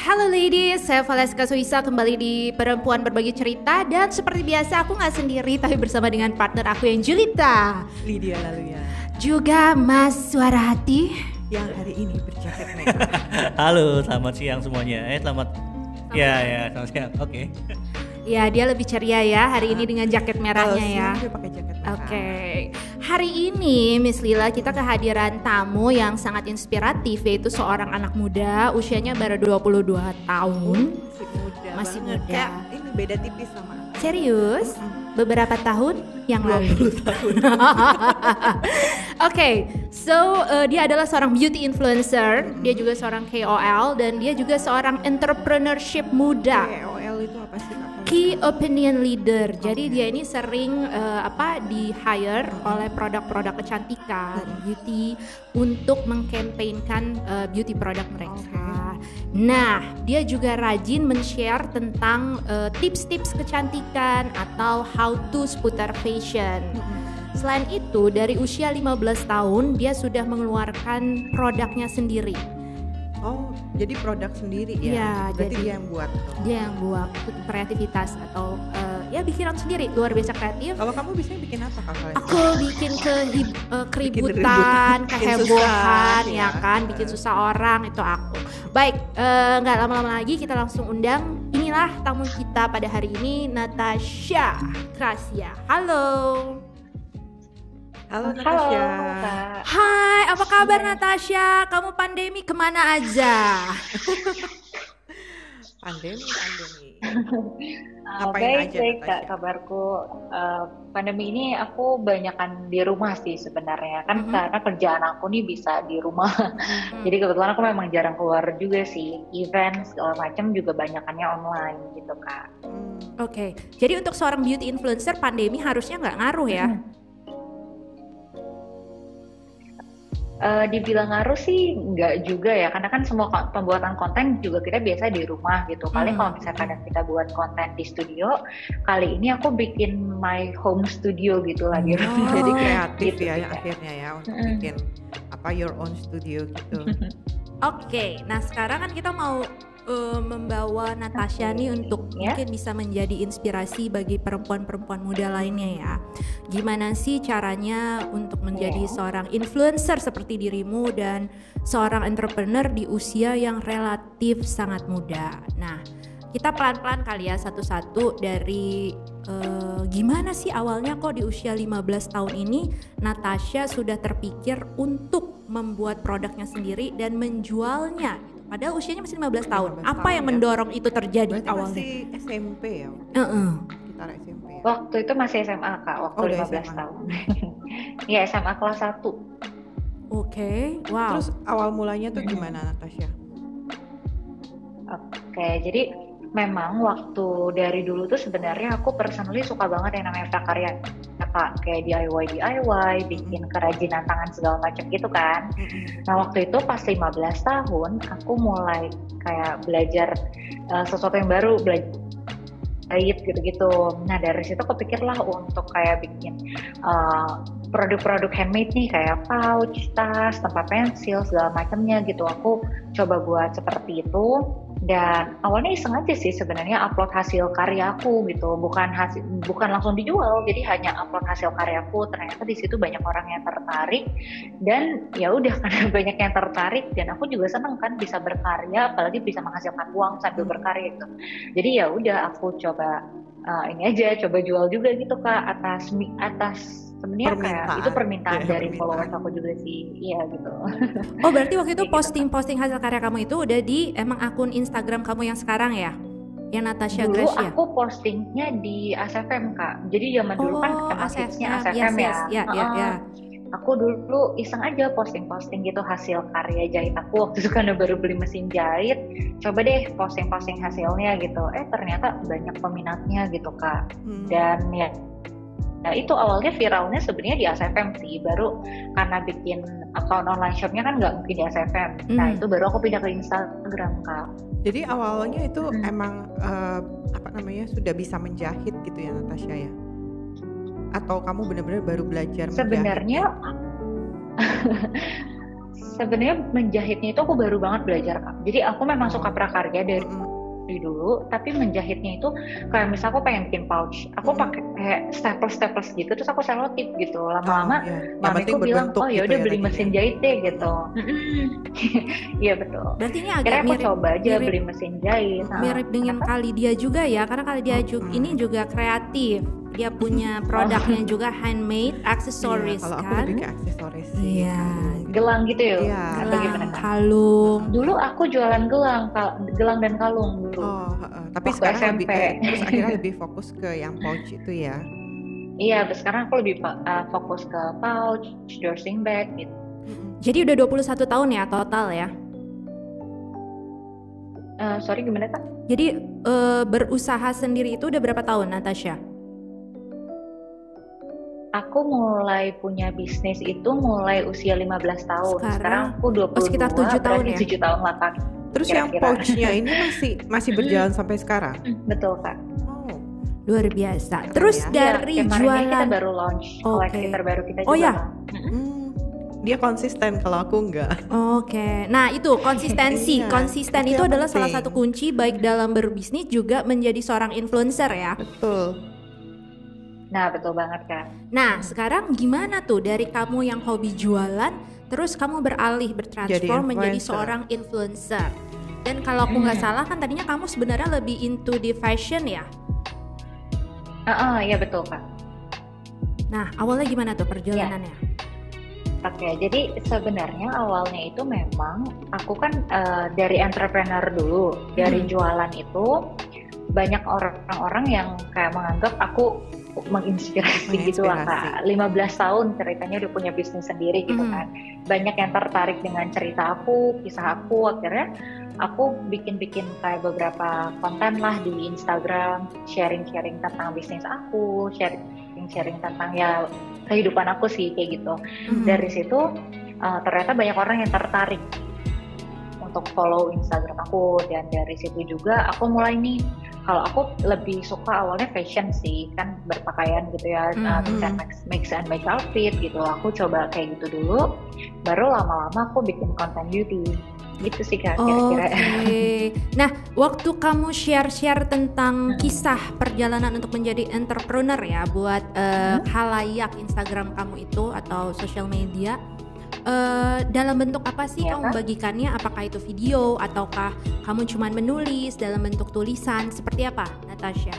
Halo ladies, saya Valeska Suisa kembali di Perempuan Berbagi Cerita. Dan seperti biasa aku gak sendiri, tapi bersama dengan partner aku yang Julita, Lydia Laluya, juga Mas Suara Hati yang hari ini berjaket merah. Halo, selamat siang semuanya. Selamat siang. Oke. Ya, dia lebih ceria ya hari ini dengan jaket merahnya ya. Dia pakai jaket merah. Oke. Hari ini Miss Lila kita kehadiran tamu yang sangat inspiratif, yaitu seorang anak muda usianya baru 22 tahun. Masih muda. Kayak ini beda tipis sama aku. Serius? Beberapa tahun yang lalu. Oke, so dia adalah seorang beauty influencer, dia juga seorang KOL, dan dia juga seorang entrepreneurship muda. KOL itu apa sih? Key Opinion Leader. Jadi dia ini sering di hire oleh produk-produk kecantikan, beauty untuk mengkampanyekan beauty produk mereka. Nah, dia juga rajin men-share tentang tips-tips kecantikan atau how to seputar fashion. Selain itu, dari usia 15 tahun dia sudah mengeluarkan produknya sendiri. Oh, jadi produk sendiri ya? Ya, berarti jadi dia yang buat tuh. Dia yang buat kreativitas atau bikinan sendiri, luar biasa kreatif. Kalau kamu biasanya bikin apa Kak? Aku bikin keributan, kehebohan, ya kan, bikin susah orang, itu aku. Baik, nggak lama-lama lagi kita langsung undang. Inilah tamu kita pada hari ini, Natasha Gracia. Halo. Halo Natasha. Hai, apa kabar Natasha? Kamu pandemi kemana aja? Pandemi. Baik Kak, kabarku pandemi ini aku banyakan di rumah sih sebenarnya kan, karena kerjaan aku nih bisa di rumah. Jadi kebetulan aku memang jarang keluar juga sih, event segala macam juga banyakannya online gitu Kak. Oke, jadi untuk seorang beauty influencer pandemi harusnya nggak ngaruh ya? Dibilang ngaruh sih enggak juga ya, karena kan semua pembuatan konten juga kita biasa di rumah gitu. Paling kalau misalkan kita buat konten di studio, kali ini aku bikin my home studio gitu lah di rumah. Jadi kreatif gitu, ya akhirnya ya untuk bikin your own studio gitu. Oke, nah sekarang kan kita mau membawa Natasha nih untuk mungkin bisa menjadi inspirasi bagi perempuan-perempuan muda lainnya ya. Gimana sih caranya untuk menjadi seorang influencer seperti dirimu dan seorang entrepreneur di usia yang relatif sangat muda. Nah, kita pelan-pelan kali ya satu-satu dari gimana sih awalnya kok di usia 15 tahun ini Natasha sudah terpikir untuk membuat produknya sendiri dan menjualnya. Padahal usianya masih 15 tahun. Apa yang mendorong itu terjadi berarti awalnya? Masih SMP ya? Sekitar SMP ya? Waktu itu masih SMA Kak, waktu 15 SMA. tahun. Iya, SMA kelas 1. Oke, wow. Terus awal mulanya tuh gimana Natasha? Oke, jadi memang waktu dari dulu tuh sebenarnya aku personally suka banget yang namanya prakarya Kak, kayak DIY, bikin kerajinan tangan segala macam gitu kan. Nah waktu itu pas 15 tahun aku mulai kayak belajar sesuatu yang baru, belajar jahit gitu-gitu. Nah dari situ kepikirlah untuk kayak bikin produk-produk handmade nih kayak pouch, tas, tempat pensil segala macamnya gitu. Aku coba buat seperti itu. Dan awalnya iseng aja sih sebenarnya upload hasil karyaku gitu, bukan langsung dijual, jadi hanya upload hasil karyaku. Ternyata di situ banyak orang yang tertarik dan ya udah karena banyak yang tertarik dan aku juga seneng kan bisa berkarya, apalagi bisa menghasilkan uang sambil berkarya gitu. Jadi ya udah aku coba coba jual juga gitu Kak atas sebenarnya kayak itu permintaan dari followers aku juga sih, iya gitu. Oh berarti waktu itu posting hasil karya kamu itu udah di emang akun Instagram kamu yang sekarang ya? Yang Natasha Gracia? Dulu aku postingnya di ASFM Kak, jadi zaman dulu kan hitsnya ASFM ya. Aku dulu iseng aja posting gitu hasil karya jahit aku, waktu itu karena baru beli mesin jahit, coba deh posting hasilnya gitu. Ternyata banyak peminatnya gitu Kak. Dan ya nah itu awalnya viralnya sebenarnya di ASFM sih, baru karena bikin account online shopnya kan nggak mungkin di ASFM. Nah itu baru aku pindah ke Instagram Kak. Jadi awalnya itu emang sudah bisa menjahit gitu ya Natasha ya? Atau kamu benar-benar baru belajar menjahit? Sebenarnya Sebenarnya menjahitnya itu aku baru banget belajar Kak. Jadi aku memang suka prakarya dari dulu, tapi menjahitnya itu kayak misal aku pengen bikin pouch, aku pakai kayak staples gitu, terus aku selotip gitu. Lama-lama mamiku bilang, oh ya udah beli mesin jahit deh gitu. Iya betul. Berarti ini Akhirnya agak aku mirip, coba aja beli mesin jahit. mirip dengan Kalidia juga ya, karena Kalidia ini juga kreatif. Dia punya produknya juga handmade accessories Kalau aku kan. lebih ke aksesoris sih. Iya. Gelang gitu ya? Iya. Atau gimana Gelang, Kak? kalung. Dulu aku jualan gelang dan kalung dulu. Tapi Waktu sekarang SMP. terus akhirnya lebih fokus ke yang pouch itu ya. Iya, sekarang aku lebih fokus ke pouch, nursing bag gitu. Jadi udah 21 tahun ya total ya. Sorry gimana Kak? Jadi berusaha sendiri itu udah berapa tahun Natasha? Aku mulai punya bisnis itu mulai usia 15 tahun. Sekarang aku 22, sekitar 7 tahun ya? 7 tahun lah Kak. Terus yang pouchnya ini masih berjalan sampai sekarang? Betul Kak. Oh, Luar biasa. Terus ya. dari Kemarin jualan kita baru launch koleksi terbaru kita juga. Oh ya? Dia konsisten, kalau aku enggak. Oke. Nah, itu konsistensi. Iya, Konsisten itu itu yang adalah salah penting. satu kunci baik dalam berbisnis juga menjadi seorang influencer ya. Betul. Nah, betul banget Kak. Nah, sekarang gimana tuh dari kamu yang hobi jualan terus kamu beralih bertransform menjadi influencer. seorang influencer. Dan kalau aku nggak salah kan tadinya kamu sebenarnya lebih into di fashion ya. Iya betul Kak. Nah, awalnya gimana tuh perjalanannya? Oke, jadi sebenarnya awalnya itu memang aku kan dari entrepreneur dulu, dari jualan itu banyak orang-orang yang kayak menganggap aku menginspirasi gitu lah Kak. 15 tahun ceritanya udah punya bisnis sendiri gitu kan. Banyak yang tertarik dengan cerita aku, kisah aku, akhirnya aku bikin-bikin kayak beberapa konten lah di Instagram, sharing-sharing tentang bisnis aku, sharing tentang ya kehidupan aku sih kayak gitu. Dari situ ternyata banyak orang yang tertarik untuk follow Instagram aku, dan dari situ juga aku mulai nih, kalau aku lebih suka awalnya fashion sih, kan berpakaian gitu ya, mix and match outfit gitu. Aku coba kayak gitu dulu, baru lama-lama aku bikin konten beauty. Gitu sih Kak, kira-kira. Oke. Nah, waktu kamu share-share tentang kisah perjalanan untuk menjadi entrepreneur ya buat khalayak Instagram kamu itu atau social media, dalam bentuk apa sih kamu bagikannya? Apakah itu video ataukah kamu cuma menulis dalam bentuk tulisan? Seperti apa, Natasha?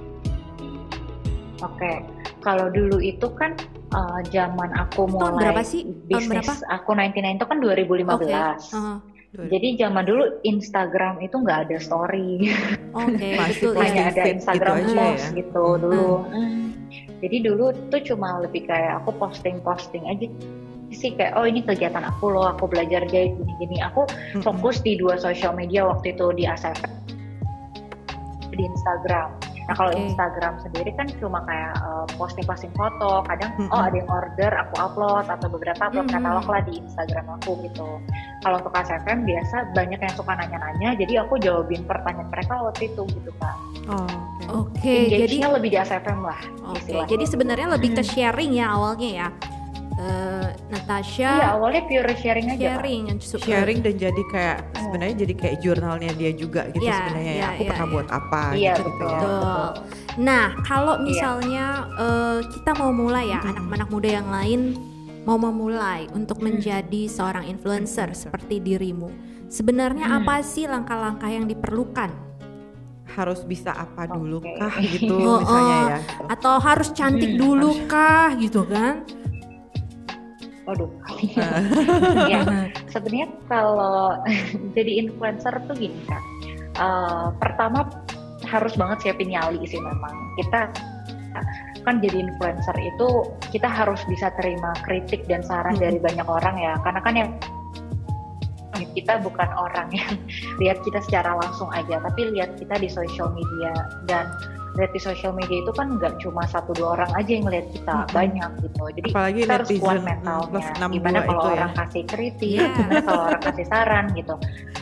Oke, kalau dulu itu kan zaman aku mulai tahun berapa sih? bisnis aku 99 itu kan 2015. Jadi zaman dulu Instagram itu nggak ada story. Betul. Hanya ada Instagram gitu post ya. gitu dulu. Jadi dulu tuh cuma lebih kayak aku posting aja sih, kayak oh ini kegiatan aku loh, aku belajar jahit gini-gini. Aku fokus di 2 social media waktu itu, di ASF di Instagram. Nah kalau Instagram sendiri kan cuma kayak posting foto, kadang ada yang order aku upload atau beberapa upload katalog lah di Instagram aku gitu. Kalau untuk ASFM biasa banyak yang suka nanya-nanya, jadi aku jawabin pertanyaan mereka waktu itu gitu Kak. Jadi lebih di ASFM lah. Jadi sebenarnya lebih ke sharing ya awalnya ya. Natasha. Iya, awalnya pure sharing aja. Sharing dan jadi kayak sebenarnya jadi kayak jurnalnya dia juga gitu sebenarnya ya. Aku pernah buat apa gitu ya. Betul. Nah, kalau misalnya kita mau mulai ya, anak-anak muda yang lain mau memulai untuk menjadi seorang influencer seperti dirimu. Sebenarnya apa sih langkah-langkah yang diperlukan? Harus bisa apa dulu kah gitu misalnya ya. Atau harus cantik dulu kah gitu kan? Waduh, ya sebenarnya kalau jadi influencer tuh gini Kak, pertama harus banget siapin nyali sih memang. Kita kan jadi influencer itu kita harus bisa terima kritik dan saran dari banyak orang ya, karena kan yang kita bukan orang yang lihat kita secara langsung aja, tapi lihat kita di social media, dan lihat di sosial media itu kan nggak cuma 1-2 orang aja yang lihat kita, banyak gitu. Jadi apalagi kita harus kuat netizen mentalnya. 62 Gimana kalau itu ya. orang kasih kritik, gimana kalau orang kasih saran gitu.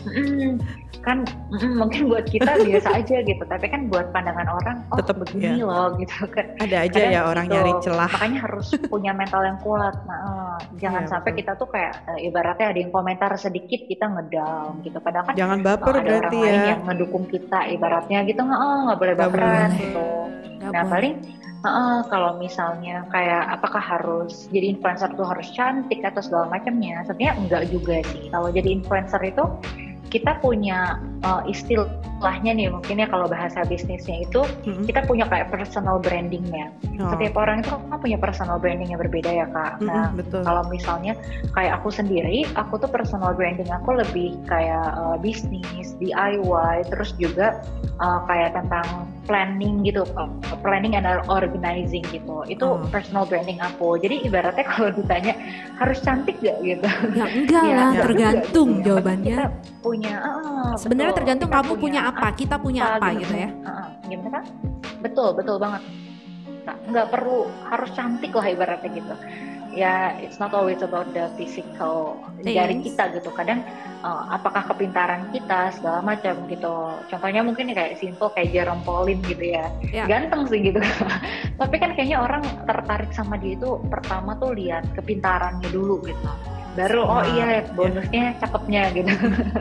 Kan mungkin buat kita biasa aja gitu, tapi kan buat pandangan orang tetap begini loh gitu kan. Ada aja Kadang ya orang gitu. nyari celah. Makanya harus punya mental yang kuat. Jangan sampai kita tuh kayak ibaratnya ada yang komentar sedikit kita ngedown gitu. Padahal kan jangan baper ada berarti orang lain ya. yang ngedukung kita ibaratnya gitu, nggak boleh baperan gitu. Nah paling kalau misalnya kayak apakah harus jadi influencer tuh harus cantik atau segala macamnya, sebenarnya enggak juga sih. Kalau jadi influencer itu kita punya istilahnya nih mungkin ya kalau bahasa bisnisnya itu kita punya kayak personal brandingnya. Setiap orang itu kan punya personal branding yang berbeda ya Kak. Nah kalau misalnya kayak aku sendiri, aku tuh personal branding aku lebih kayak bisnis, DIY, terus juga kayak tentang planning gitu, planning and organizing gitu. Itu personal branding aku. Jadi ibaratnya kalau ditanya harus cantik gak gitu? Ya enggak lah, tergantung gitu. Jawabannya. Kita punya sebenarnya tergantung kamu punya apa, kita punya apa gitu ya. Gimana kan? Betul banget. Nggak perlu harus cantik lah ibaratnya gitu. Ya, it's not always about the physical dari kita gitu. Kadang apakah kepintaran kita segala macam gitu. Contohnya mungkin kayak simple kayak Jerome Pauline gitu ya. Ganteng sih gitu. Tapi kan kayaknya orang tertarik sama dia itu pertama tuh lihat kepintarannya dulu gitu. Baru iya bonusnya cakepnya gitu.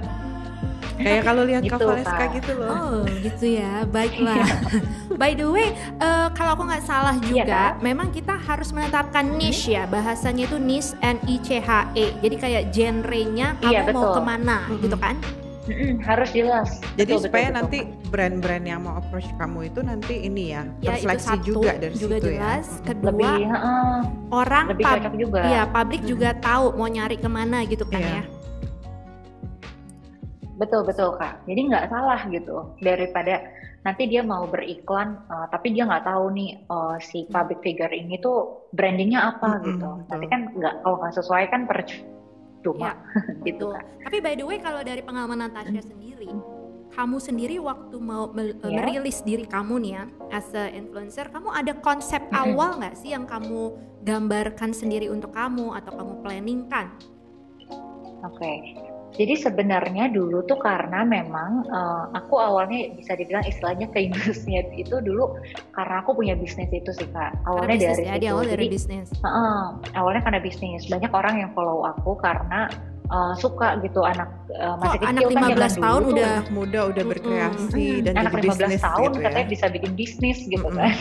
Kayak kalau lihat gitu, Kavaleska gitu loh. Oh gitu ya, baiklah. By the way, kalau aku nggak salah juga, memang kita harus menetapkan niche ya. Bahasanya itu niche, NICHE. Jadi kayak genrenya kamu mau kemana gitu kan? Harus jelas. Jadi supaya nanti brand-brand yang mau approach kamu itu nanti ini ya terseleksi juga dari juga situ jelas. ya. Kedua, orang lebih cocok juga. Iya, publik juga tahu mau nyari kemana gitu kan ya. Betul Kak. Jadi nggak salah gitu daripada nanti dia mau beriklan tapi dia nggak tahu nih si public figure ini tuh brandingnya apa gitu. Nanti kan kalau nggak sesuai kan percuma gitu kan. Tapi by the way kalau dari pengalaman Natasha sendiri, kamu sendiri waktu mau merilis diri kamu nih ya as a influencer, kamu ada konsep awal nggak sih yang kamu gambarkan sendiri untuk kamu atau kamu planningkan? Oke. Jadi sebenarnya dulu tuh karena memang aku awalnya bisa dibilang istilahnya famous-nya itu dulu karena aku punya bisnis itu sih Kak. Awalnya dari situ. Awal dari bisnis. Awalnya karena bisnis. Banyak orang yang follow aku karena suka gitu anak masih kecil anak 15 kan tahun udah anak muda udah berkreasi dan anak jadi 15 bisnis tahun gitu katanya bisa bikin bisnis gitu kan.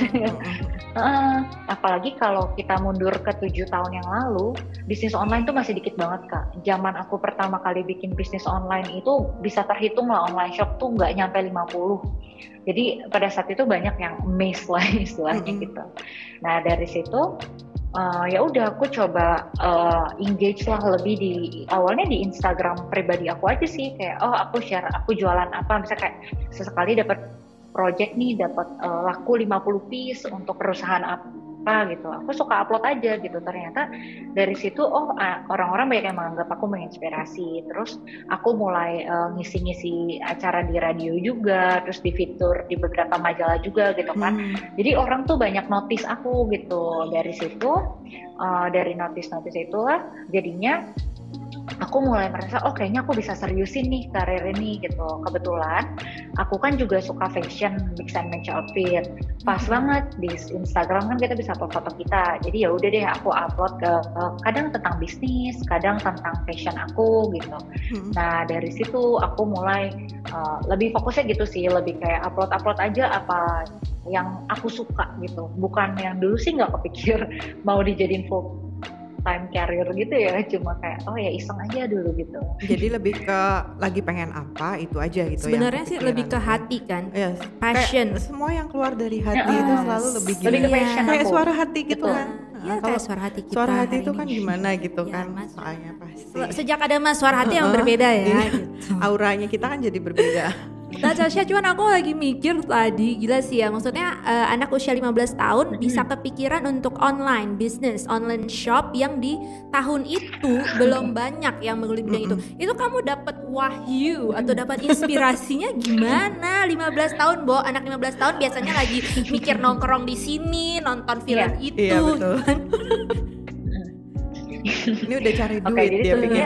Apalagi kalau kita mundur ke 7 tahun yang lalu, bisnis online tuh masih dikit banget Kak. Zaman aku pertama kali bikin bisnis online itu bisa terhitung lah, online shop tuh nggak nyampe 50. Jadi pada saat itu banyak yang miss lah istilahnya gitu. Nah dari situ ya udah aku coba engage lah lebih di awalnya di Instagram pribadi aku aja sih, kayak aku share aku jualan apa, misalnya kayak sesekali dapat project nih, dapat laku 50 piece untuk perusahaan apa gitu, aku suka upload aja gitu. Ternyata dari situ orang-orang banyak yang menganggap aku menginspirasi. Terus aku mulai ngisi-ngisi acara di radio juga, terus di fitur di beberapa majalah juga gitu kan. Jadi orang tuh banyak notice aku gitu. Dari situ dari notice itulah jadinya aku mulai merasa kayaknya aku bisa seriusin nih karir ini gitu. Kebetulan aku kan juga suka fashion, mix and match outfit. Pas banget di Instagram kan kita bisa upload foto kita. Jadi ya udah deh aku upload ke kadang tentang bisnis, kadang tentang fashion aku gitu. Nah dari situ aku mulai lebih fokusnya gitu sih, lebih kayak upload aja apa yang aku suka gitu. Bukan yang dulu sih nggak kepikir mau dijadiin full time career gitu ya, cuma kayak ya iseng aja dulu gitu. Jadi lebih ke lagi pengen apa itu aja gitu. Sebenarnya sih lebih ke hati kan, passion. Semua yang keluar dari hati itu selalu lebih gini. Lebih ke passion kayak aku. Suara hati gitu kan. Ya kayak suara hati kita. Suara hati itu kan ini. gimana gitu Ya, kan, Mas. soalnya pasti. Sejak ada Mas suara hati yang berbeda ya. Iya. Gitu. Auranya kita kan jadi berbeda. Natasha, cuman aku lagi mikir tadi, gila sih ya, maksudnya anak usia 15 tahun bisa kepikiran untuk online business, online shop yang di tahun itu belum banyak yang menggeluti bidang itu. Itu kamu dapat wahyu atau dapat inspirasinya gimana? 15 tahun, Bo, anak 15 tahun biasanya lagi mikir nongkrong di sini, nonton film itu. Iya, betul. Ini udah cari duit dia pikir.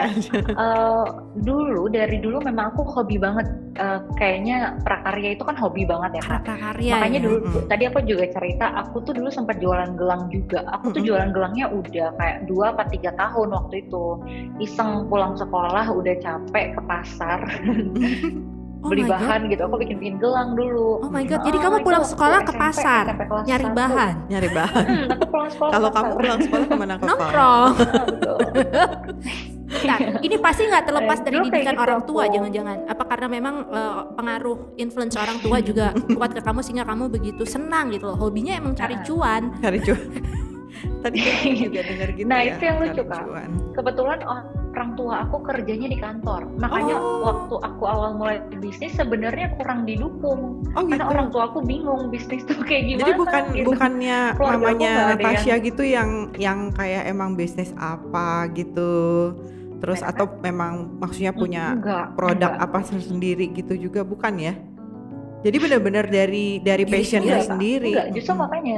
Dari dulu memang aku hobi banget, kayaknya prakarya itu kan hobi banget ya Kak. Prakarya, makanya ya. dulu tadi aku juga cerita, aku tuh dulu sempat jualan gelang juga. Aku tuh jualan gelangnya udah kayak 2-3 tahun waktu itu. Iseng pulang sekolah udah capek ke pasar. Beli bahan gitu, aku bikin gelang dulu. Oh my god, jadi kamu pulang sekolah ke pasar nyari bahan? Nyari bahan. Aku pulang sekolah. Kalau kamu pulang sekolah kemana? Nongkrong. Nah, ini pasti nggak terlepas dari didikan orang tua, jangan-jangan. Apa karena memang pengaruh influence orang tua juga kuat ke kamu sehingga kamu begitu senang gitu loh. Hobinya emang cari cuan. Cari cuan. Tadi juga dengar gitu. Nah, ya, itu yang lucu Kak. Kebetulan orang tua aku kerjanya di kantor. Makanya waktu aku awal mulai bisnis sebenarnya kurang didukung. Karena orang tua aku bingung bisnis tuh kayak gimana. Jadi gitu. bukannya mamanya Natasha gitu yang kayak emang bisnis apa gitu. Terus atau memang maksudnya punya produk apa sendiri gitu juga, bukan ya? Jadi benar-benar dari passionnya sendiri. Enggak, justru makanya.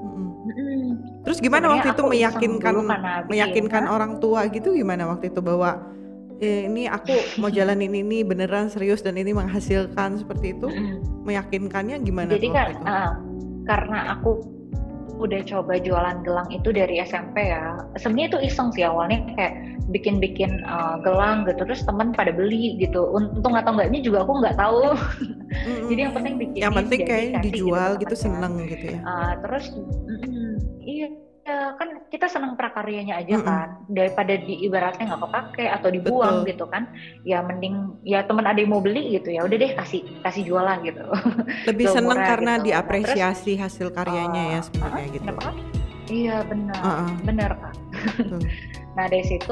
Terus gimana waktu itu meyakinkan orang tua gitu, gimana waktu itu bahwa ini aku mau jalanin ini beneran serius dan ini menghasilkan seperti itu? Meyakinkannya gimana? Jadi kan karena aku udah coba jualan gelang itu dari SMP ya. Sebenarnya itu iseng sih awalnya, kayak bikin gelang gitu, terus teman pada beli gitu. Untung atau enggaknya juga aku nggak tahu. Jadi yang penting bikin. Yang penting kayak dijual gitu seneng gitu ya. Terus iya kan kita senang prakaryanya aja kan, daripada ibaratnya nggak kepake atau dibuang. Betul. Gitu kan, ya mending ya teman ada yang mau beli gitu, ya udah deh kasih jualan gitu. Lebih seneng karena gitu. Diapresiasi hasil karyanya ya sebenarnya gitu. Iya benar Kak. Nah dari situ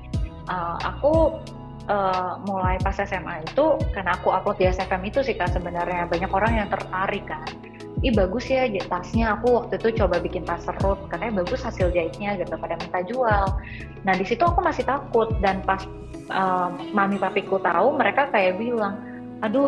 aku mulai pas SMA itu, karena aku upload di SFM itu sih Kak, sebenarnya banyak orang yang tertarik kan. Bagus ya tasnya, aku waktu itu coba bikin tas serut, katanya bagus hasil jahitnya gitu, pada minta jual. Nah di situ aku masih takut, dan pas mami papiku tahu, mereka kayak bilang, aduh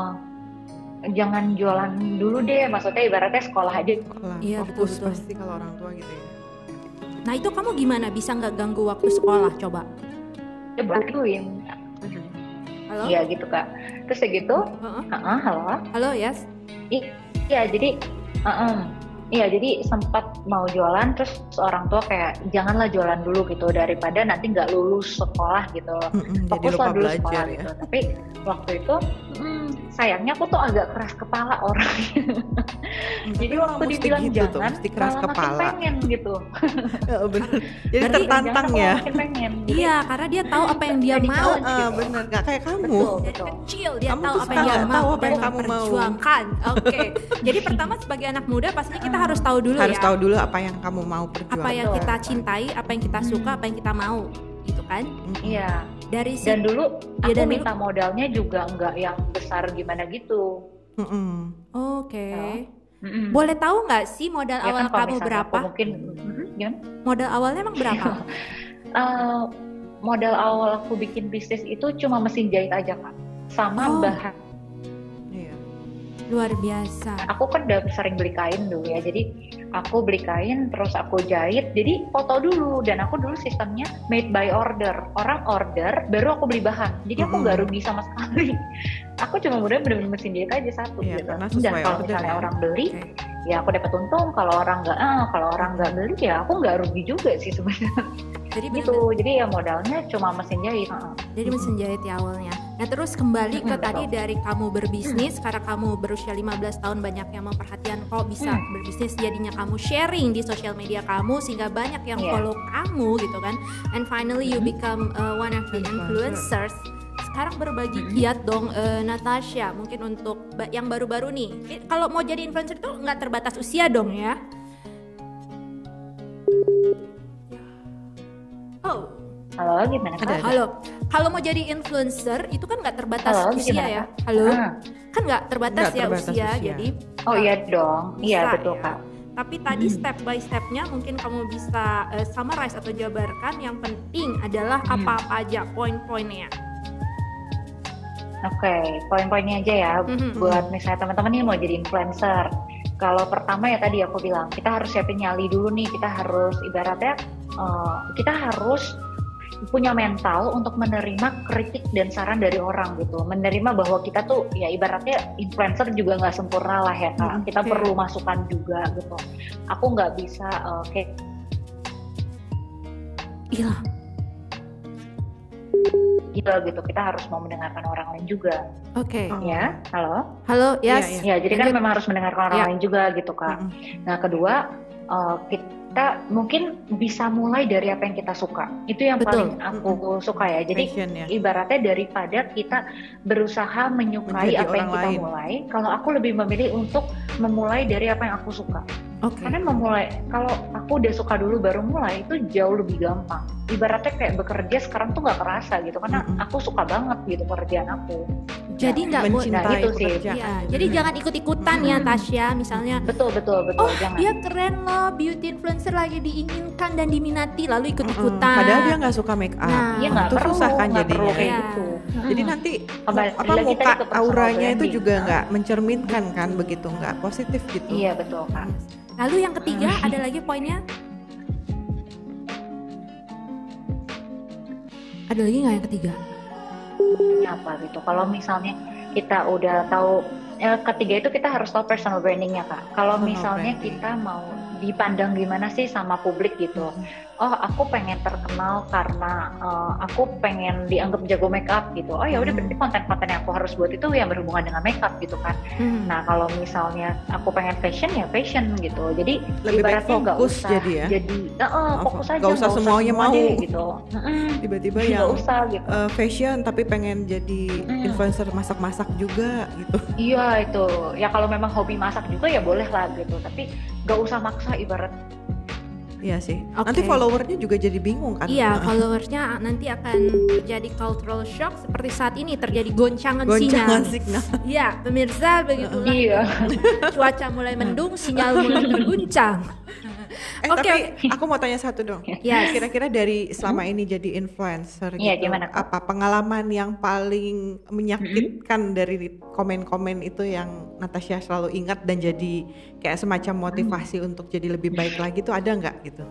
jangan jualan dulu deh, maksudnya ibaratnya sekolah aja. Iya betul pasti kalau orang tua gitu ya. Nah itu kamu gimana bisa nggak ganggu waktu sekolah, coba? Ya bantuin. Halo? Iya gitu Kak. Terus ya gitu. Halo yes. Iya jadi sempat mau jualan, terus orang tua kayak janganlah jualan dulu gitu, daripada nanti nggak lulus sekolah gitu. Fokuslah dulu sekolah ya. Gitu. Tapi waktu itu sayangnya aku tuh agak keras kepala orangnya. Jadi waktu dibilang gitu jangan, mesti keras kepala. Makin pengen gitu. Bener. Jadi tertantang ya. Makin pengen. Iya, karena dia tahu apa yang dia mau. Bener, nggak kayak kamu. Dari kecil dia tahu apa yang dia mau dan memperjuangkan. Oke. Jadi pertama sebagai anak muda pastinya kita harus tahu dulu ya. Harus tahu dulu apa yang kamu mau perjuangkan. Apa yang kita cintai, apa yang kita suka, apa yang kita mau, gitu kan? Iya. Dari dan dulu aku minta modalnya juga nggak yang besar gimana gitu. Oke. Boleh tahu nggak sih modal awal kan, kamu berapa? Mungkin modal awalnya emang berapa? Modal awal aku bikin bisnis itu cuma mesin jahit aja Kak, sama bahan. Luar biasa. Aku kan udah sering beli kain dulu ya, jadi aku beli kain terus aku jahit, jadi foto dulu, dan aku dulu sistemnya made by order, orang order baru aku beli bahan, jadi aku nggak rugi sama sekali. Aku cuma bener-bener mesin jahit aja satu gitu. Dan kalau misalnya orang beli, ya aku dapat untung. Kalau orang nggak beli ya aku nggak rugi juga sih sebenarnya. Jadi gitu. Jadi ya modalnya cuma mesin jahit. Jadi mesin jahit ya awalnya. Nah terus kembali ke tadi dari kamu berbisnis, karena kamu berusia 15 tahun banyak yang memperhatikan kok bisa berbisnis, jadinya kamu sharing di sosial media kamu sehingga banyak yang follow kamu gitu kan. And finally you become one of the influencers. Sekarang berbagi giat dong Natasha, mungkin untuk yang baru-baru nih. Kalau mau jadi influencer itu nggak terbatas usia dong ya. Halo, gimana Kak? Halo, Kalau mau jadi influencer itu kan nggak terbatas usia ya. Halo, kan nggak terbatas ya usia. Jadi iya dong, iya betul ya. Kak. Tapi tadi step by stepnya mungkin kamu bisa summarize atau jabarkan. Yang penting adalah apa-apa aja poin-poinnya. Oke, poin-poinnya aja ya buat misalnya teman-teman nih mau jadi influencer. Kalau pertama ya tadi aku bilang kita harus siapin nyali dulu nih. Kita harus ibaratnya kita harus punya mental untuk menerima kritik dan saran dari orang gitu. Menerima bahwa kita tuh ya ibaratnya influencer juga nggak sempurna lah ya Kak. Kita perlu masukan juga gitu. Aku nggak bisa kayak gila gitu, kita harus mau mendengarkan orang lain juga. Ya, halo, yes. Ya, jadi kan memang harus mendengarkan orang lain juga gitu Kak. Nah kedua, kita mungkin bisa mulai dari apa yang kita suka. Itu yang paling aku suka ya. Jadi ibaratnya daripada kita berusaha menyukai apa yang kita mulai, kalau aku lebih memilih untuk memulai dari apa yang aku suka. Karena kalau aku udah suka dulu baru mulai itu jauh lebih gampang. Ibaratnya kayak bekerja sekarang tuh nggak kerasa gitu, karena aku suka banget gitu pekerjaan aku. Jadi nggak mencintai gitu sih. Ya, jadi jangan ikut-ikutan ya Tasya, misalnya. Betul. Jangan. Dia keren loh, beauty influencer lagi diinginkan dan diminati, lalu ikut-ikutan. Padahal dia nggak suka make up. Itu susah kan jadinya. Gitu. Jadi nanti muka auranya itu juga nggak mencerminkan kan, begitu nggak positif gitu. Iya betul Kak. Lalu yang ketiga ada lagi poinnya? Ada lagi nggak yang ketiga? Apa gitu? Kalau misalnya kita udah tahu, ketiga itu kita harus tahu personal brandingnya Kak. Kalau misalnya kita mau dipandang gimana sih sama publik gitu. Oh aku pengen terkenal karena aku pengen dianggap jago make up gitu. Oh ya udah berarti konten-konten yang aku harus buat itu yang berhubungan dengan make up gitu kan. Nah kalau misalnya aku pengen fashion ya fashion gitu. Jadi lebih ibaratnya nggak usah jadi fokus aja. Nggak usah semuanya mau gitu. Tiba-tiba yang usah, gitu. Fashion tapi pengen jadi influencer masak-masak juga gitu. Iya itu. Ya kalau memang hobi masak juga ya boleh lah gitu. Tapi nggak usah maksa ibarat. Iya sih. Nanti followernya juga jadi bingung kan? Iya, followersnya nanti akan terjadi cultural shock seperti saat ini terjadi goncangan sinyal. Iya, pemirsa begitulah. Iya. Cuaca mulai mendung, sinyal mulai terguncang. Tapi aku mau tanya satu dong. Kira-kira dari selama ini jadi influencer gitu, apa pengalaman yang paling menyakitkan dari komen-komen itu yang Natasha selalu ingat dan jadi kayak semacam motivasi untuk jadi lebih baik lagi, tuh ada nggak gitu?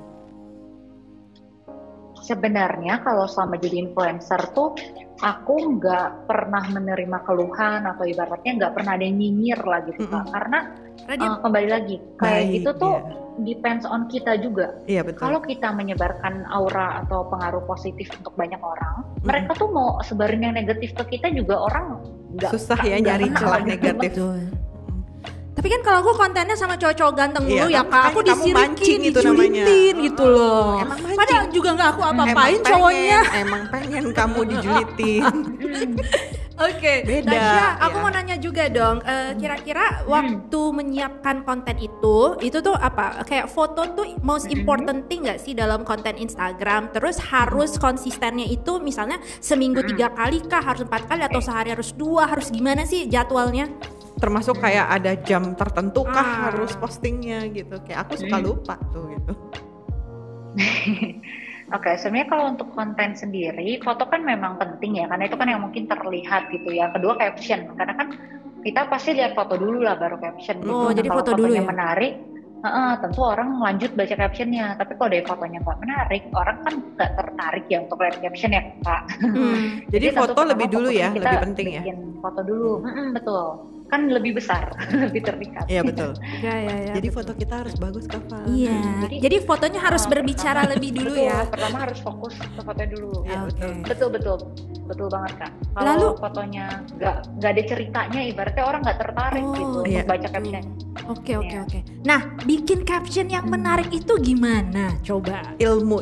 Sebenarnya kalau selama jadi influencer tuh aku nggak pernah menerima keluhan atau ibaratnya nggak pernah ada yang nyinyir lah gitu Kak. Karena kembali lagi kayak gitu tuh depends on kita juga. Iya betul. Kalau kita menyebarkan aura atau pengaruh positif untuk banyak orang, mereka tuh mau sebarin yang negatif ke kita juga orang nggak susah ya nyari celah negatif. Tapi kan kalau aku kontennya sama cowok-cowok ganteng dulu ya Kak, aku disirikin, itu namanya gitu loh. Padahal juga nggak aku apa-apain cowoknya. Emang pengen kamu dijulitin. Oke, Tasya, aku mau nanya juga dong, kira-kira waktu menyiapkan konten itu tuh apa? Kayak foto tuh most important thing nggak sih dalam konten Instagram? Terus harus konsistennya itu misalnya seminggu 3 kali kah, harus 4 kali atau sehari harus 2, harus gimana sih jadwalnya? Termasuk kayak ada jam tertentu kah harus postingnya gitu? Kayak aku suka lupa tuh gitu. Oke, sebenarnya kalau untuk konten sendiri, foto kan memang penting ya, karena itu kan yang mungkin terlihat gitu ya. Kedua caption, karena kan kita pasti lihat foto dulu lah baru caption gitu. Oh, jadi kalau foto dulu ya? Menarik, tentu orang lanjut baca captionnya. Tapi kalau dari fotonya nggak menarik, orang kan nggak tertarik ya untuk lihat caption ya Kak. Jadi foto lebih dulu ya, lebih penting ya? Foto dulu, betul. Kan lebih besar, lebih terlihat. Iya betul. Ya. Jadi foto kita harus bagus Kak. Iya. Jadi fotonya harus berbicara lebih dulu betul, ya. Pertama harus fokus ke fotonya dulu. Ya, Betul banget Kak. Lalu kalau fotonya nggak ada ceritanya, ibaratnya orang nggak tertarik gitu untuk baca caption. Oke. Nah, bikin caption yang menarik itu gimana? Coba. Ilmu.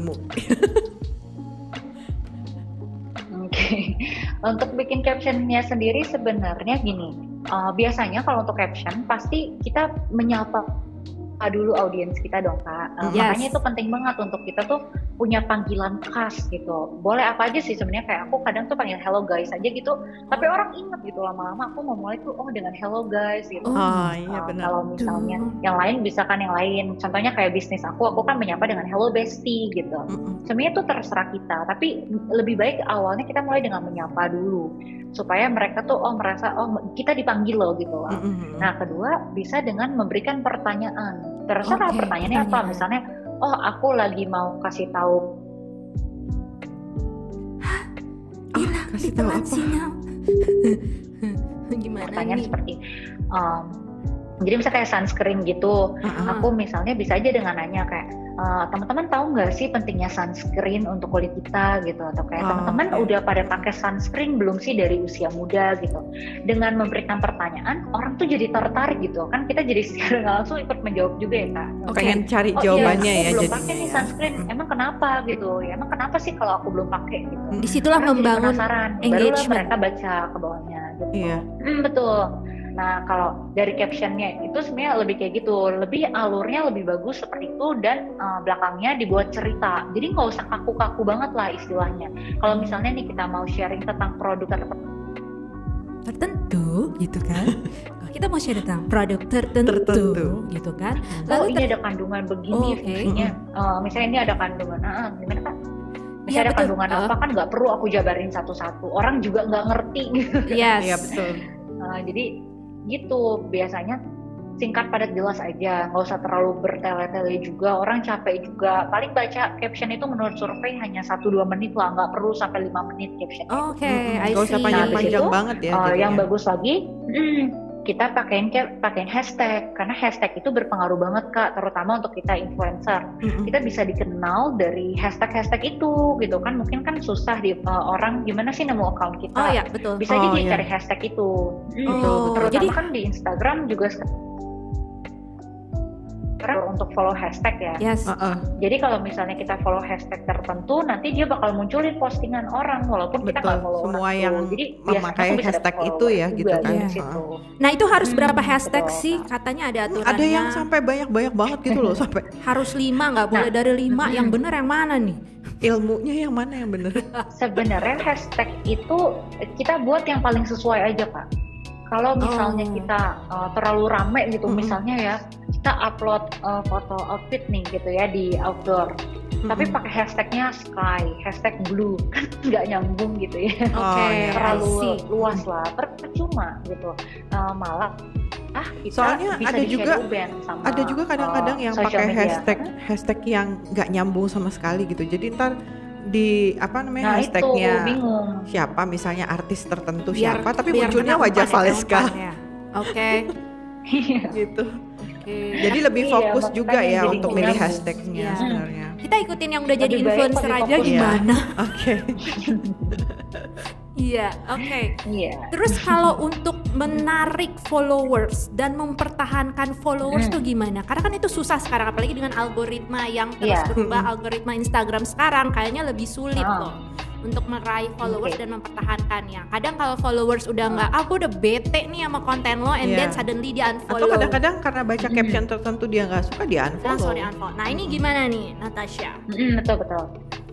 Untuk bikin captionnya sendiri sebenarnya gini, biasanya kalau untuk caption pasti kita menyapa dulu audiens kita dong Kak. Makanya itu penting banget untuk kita tuh punya panggilan khas gitu. Boleh apa aja sih sebenarnya, kayak aku kadang tuh panggil hello guys aja gitu, tapi orang inget gitu, lama-lama aku mau mulai tuh dengan hello guys gitu. Iya benar. Kalau misalnya yang lain bisa kan yang lain, contohnya kayak bisnis aku kan menyapa dengan hello bestie gitu. Sebenarnya tuh terserah kita, tapi lebih baik awalnya kita mulai dengan menyapa dulu supaya mereka tuh merasa kita dipanggil loh gitu loh. Nah kedua bisa dengan memberikan pertanyaan, terserah pertanyaannya apa, misalnya aku lagi mau kasih tahu. Kasih tahu apa? Sinyal. Gimana Pertanyaan nih? Seperti jadi misalnya kayak sunscreen gitu, aku misalnya bisa aja dengan nanya kayak teman-teman tahu nggak sih pentingnya sunscreen untuk kulit kita gitu, atau kayak teman-teman udah pada pakai sunscreen belum sih dari usia muda gitu. Dengan memberikan pertanyaan, orang tuh jadi tertarik gitu kan, kita jadi secara nggak langsung ikut menjawab juga ya Kak. Pengen cari jawabannya aku ya, belum jadi pakai nih sunscreen, emang kenapa gitu ya, emang kenapa sih kalau aku belum pakai gitu. Disitulah Orang membangun penasaran, engagement. barulah mereka baca ke bawahnya gitu. Iya. Betul. Nah kalau dari captionnya itu sebenarnya lebih kayak gitu, lebih alurnya lebih bagus seperti itu, dan belakangnya dibuat cerita, jadi nggak usah kaku-kaku banget lah istilahnya. Kalau misalnya nih kita mau sharing tentang produk tertentu gitu kan, kita mau share tentang produk tertentu gitu kan, lalu ini ada kandungan begini, misalnya ini ada kandungan gimana Kak? Misalnya ada kandungan apa, kan nggak perlu aku jabarin satu-satu, orang juga nggak ngerti gitu. Iya betul. Jadi gitu, biasanya singkat padat jelas aja, nggak usah terlalu bertele-tele juga, orang capek juga. Paling baca caption itu menurut survei hanya 1-2 menit lah, nggak perlu sampai 5 menit caption. Nggak usah panjang-panjang banget ya. Yang bagus lagi, kita pakein hashtag, karena hashtag itu berpengaruh banget Kak, terutama untuk kita influencer. Kita bisa dikenal dari hashtag itu gitu kan, mungkin kan susah di orang gimana sih nemu account kita. Betul. Bisa jadi cari hashtag itu. Terutama jadi kan di Instagram juga untuk follow hashtag ya. Jadi kalau misalnya kita follow hashtag tertentu, nanti dia bakal munculin postingan orang walaupun kita nggak follow semua orang yang Jadi memakai hashtag itu ya gitu kan. Nah itu harus berapa hashtag sih? Katanya ada aturannya. Ada yang sampai banyak banget gitu loh, sampai harus 5, nggak boleh dari 5. Yang benar yang mana nih? Ilmunya yang mana yang benar? Sebenarnya hashtag itu kita buat yang paling sesuai aja Kak. Kalau misalnya kita terlalu rame gitu, misalnya ya kita upload foto outfit nih gitu ya di outdoor, tapi pakai hashtagnya sky, hashtag blue, kan nggak nyambung gitu ya. Terlalu luas lah, percuma gitu. Malah kita soalnya bisa ada juga kadang-kadang yang pakai hashtag yang nggak nyambung sama sekali gitu. Jadi ntar di hashtagnya siapa, misalnya artis tertentu siapa, tapi munculnya wajah Valeska. Gitu. Jadi lebih fokus juga ya untuk milih hashtagnya sebenarnya. Kita ikutin yang udah jadi influencer aja gimana? Terus kalau untuk menarik followers dan mempertahankan followers tuh gimana? Karena kan itu susah sekarang, apalagi dengan algoritma yang terus berubah. Algoritma Instagram sekarang kayaknya lebih sulit loh untuk meraih followers dan mempertahankannya. Kadang kalau followers udah nggak, aku udah bete nih sama konten lo, and then suddenly dia unfollow. Atau kadang-kadang karena baca caption tertentu dia nggak suka, dia unfollow. Nah ini gimana nih Natasha? Betul.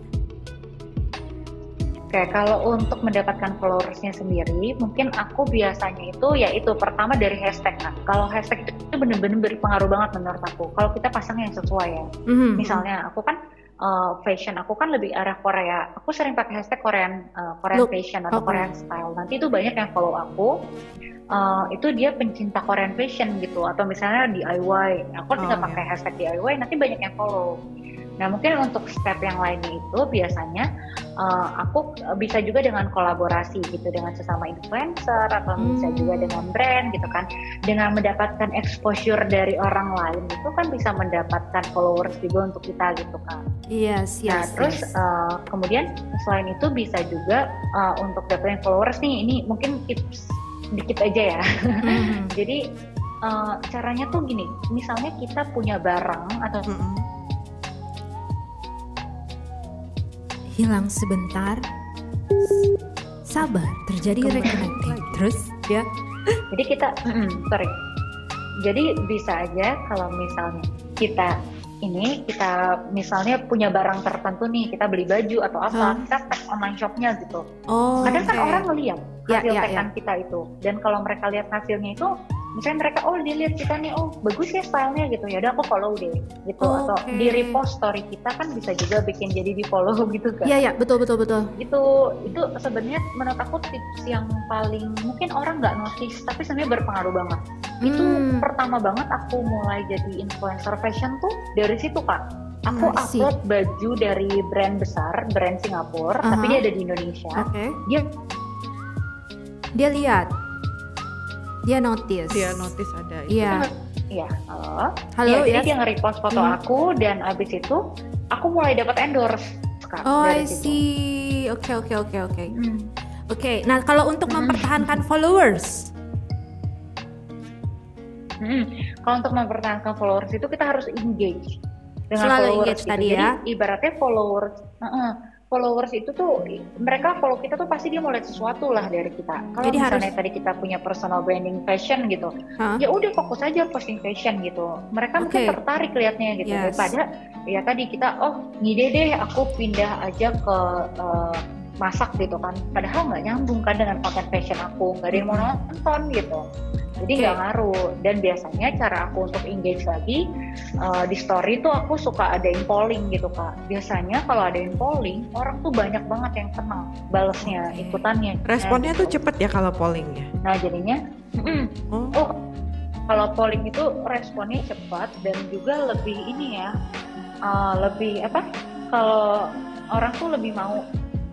Oke, kalau untuk mendapatkan followersnya sendiri, mungkin aku biasanya itu pertama dari hashtag kan. Kalau hashtag itu benar-benar berpengaruh banget menurut aku. Kalau kita pasang yang sesuai ya. Misalnya aku kan fashion, aku kan lebih arah Korea. Aku sering pakai hashtag Korean fashion atau Korean style. Nanti itu banyak yang follow aku. Itu dia pencinta Korean fashion gitu. Atau misalnya DIY. Aku tinggal pakai hashtag DIY, nanti banyak yang follow. Nah mungkin untuk step yang lainnya itu biasanya aku bisa juga dengan kolaborasi gitu dengan sesama influencer, atau bisa juga dengan brand gitu kan. Dengan mendapatkan exposure dari orang lain itu kan bisa mendapatkan followers juga untuk kita gitu kan. Terus kemudian selain itu bisa juga untuk dapetin followers nih, ini mungkin tips dikit aja ya. Jadi caranya tuh gini, misalnya kita punya barang atau hilang sebentar, sabar, terjadi reconnecting. Terus ya. Jadi kita, jadi bisa aja kalau misalnya kita ini kita misalnya punya barang tertentu nih, kita beli baju atau apa, kita tag online shopnya gitu. Kadang kan orang ngeliat hasil tagan kita itu, dan kalau mereka lihat hasilnya itu, misalnya mereka dilihat kita nih, bagus ya stylenya gitu, ya udah aku follow deh gitu, atau di repost story kita kan bisa juga bikin jadi di follow gitu kan. Iya betul. Itu sebenarnya menurut aku tips yang paling mungkin orang nggak notice tapi sebenarnya berpengaruh banget. Itu pertama banget aku mulai jadi influencer fashion tuh dari situ Kak. Aku upload baju dari brand besar, brand Singapura, tapi dia ada di Indonesia. Dia lihat, dia notice ada. Iya. Halo. Jadi dia nge-repost foto aku, dan abis itu aku mulai dapat endorse. Kak, I see. Oke. Oke. Nah, kalau untuk mempertahankan followers. Kalau untuk mempertahankan followers itu kita harus engage dengan selalu followers engage gitu. tadi ya. Jadi ibaratnya followers itu tuh mereka follow kita tuh pasti dia mau lihat sesuatu lah dari kita. Kalau misalnya tadi kita punya personal branding fashion gitu, ya udah fokus aja posting fashion gitu. Mereka mungkin tertarik liatnya gitu, daripada ya tadi kita ngide deh aku pindah aja ke masak gitu kan. Padahal nggak nyambung kan dengan konten fashion aku, nggak ada yang mau nonton gitu. Jadi nggak ngaruh. Dan biasanya cara aku untuk engage lagi di story tuh aku suka adain polling gitu Kak. Biasanya kalau adain polling orang tuh banyak banget yang senang balesnya, ikutannya. Responnya tuh cepet ya kalau pollingnya. Nah jadinya kalau polling itu responnya cepat dan juga lebih ini ya, lebih kalau orang tuh lebih mau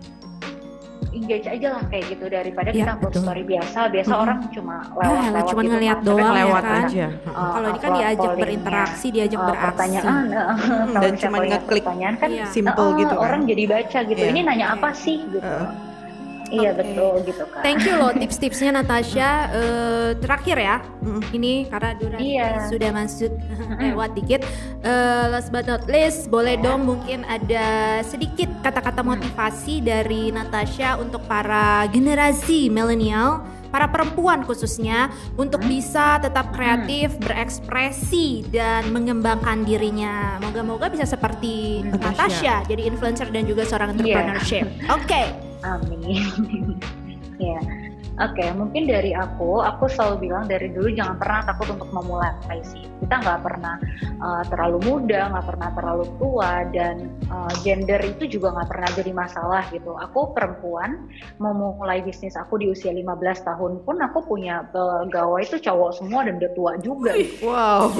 engage aja lah kayak gitu daripada kita buat story biasa orang cuma lewat cuma gitu, ngeliat doang lewat kan? aja. Kalau ini kan diajak berinteraksi, diajak beraksi, pertanyaan dan cuma ngeklik pertanyaan kan simple gitu kan. Orang jadi baca gitu, ini nanya apa sih gitu. Iya betul gitu kan. Thank you loh tips-tipsnya Natasha. Terakhir ya, ini karena durasi sudah masuk lewat dikit. Last but not least, boleh dong mungkin ada sedikit kata-kata motivasi dari Natasha untuk para generasi milenial, para perempuan khususnya, untuk bisa tetap kreatif, berekspresi dan mengembangkan dirinya. Moga-moga bisa seperti Natasha, jadi influencer dan juga seorang entrepreneurship. Oke. Amin. Ya, oke. Mungkin dari aku selalu bilang dari dulu jangan pernah takut untuk memulai sih. Kita nggak pernah terlalu muda, nggak pernah terlalu tua, dan gender itu juga nggak pernah jadi masalah gitu. Aku perempuan, mau mulai bisnis aku di usia 15 tahun pun aku punya pegawai itu cowok semua dan udah tua juga. Wow.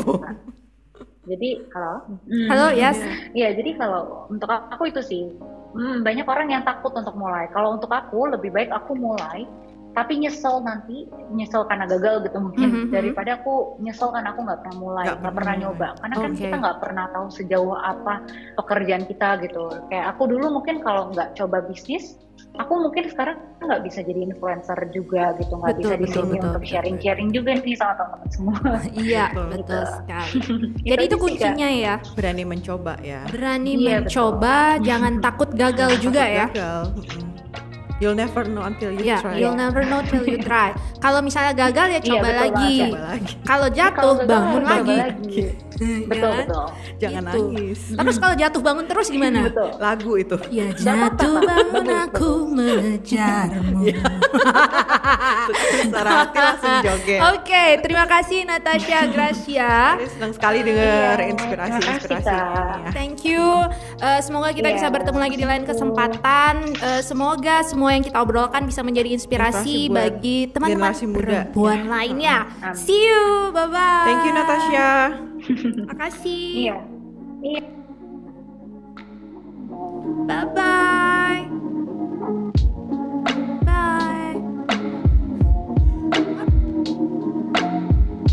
Jadi halo, yes. Iya, jadi kalau untuk aku itu sih. Banyak orang yang takut untuk mulai. Kalau untuk aku lebih baik aku mulai tapi nyesel karena gagal gitu mungkin, daripada aku nyesel karena aku nggak pernah mulai, nggak pernah nyoba. Karena kan kita nggak pernah tahu sejauh apa pekerjaan kita gitu. Kayak aku dulu mungkin kalau nggak coba bisnis, aku mungkin sekarang nggak bisa jadi influencer juga gitu, nggak bisa di sini untuk sharing juga nih sama teman-teman semua. Iya betul sekali. Jadi itu kuncinya ya, berani mencoba ya. Berani mencoba, jangan takut gagal juga ya. You'll never know until you try. You'll never know till you try. Kalau misalnya gagal ya coba lagi. Kalau jatuh bangun lagi. Betul. Jangan nangis. Terus kalau jatuh bangun terus gimana? Betul. Lagu itu. Ya jatuh bangun aku mengejarmu. Secara hati langsung joget. Oke, terima kasih Natasha Gracia. Senang sekali dengar inspirasi-inspirasi. Thank you. Semoga kita bisa bertemu lagi di lain kesempatan. Semoga semua yang kita obrolkan bisa menjadi inspirasi bagi teman-teman perempuan lainnya. See you, bye-bye. Thank you Natasha. Makasih. Iya. Bye-bye.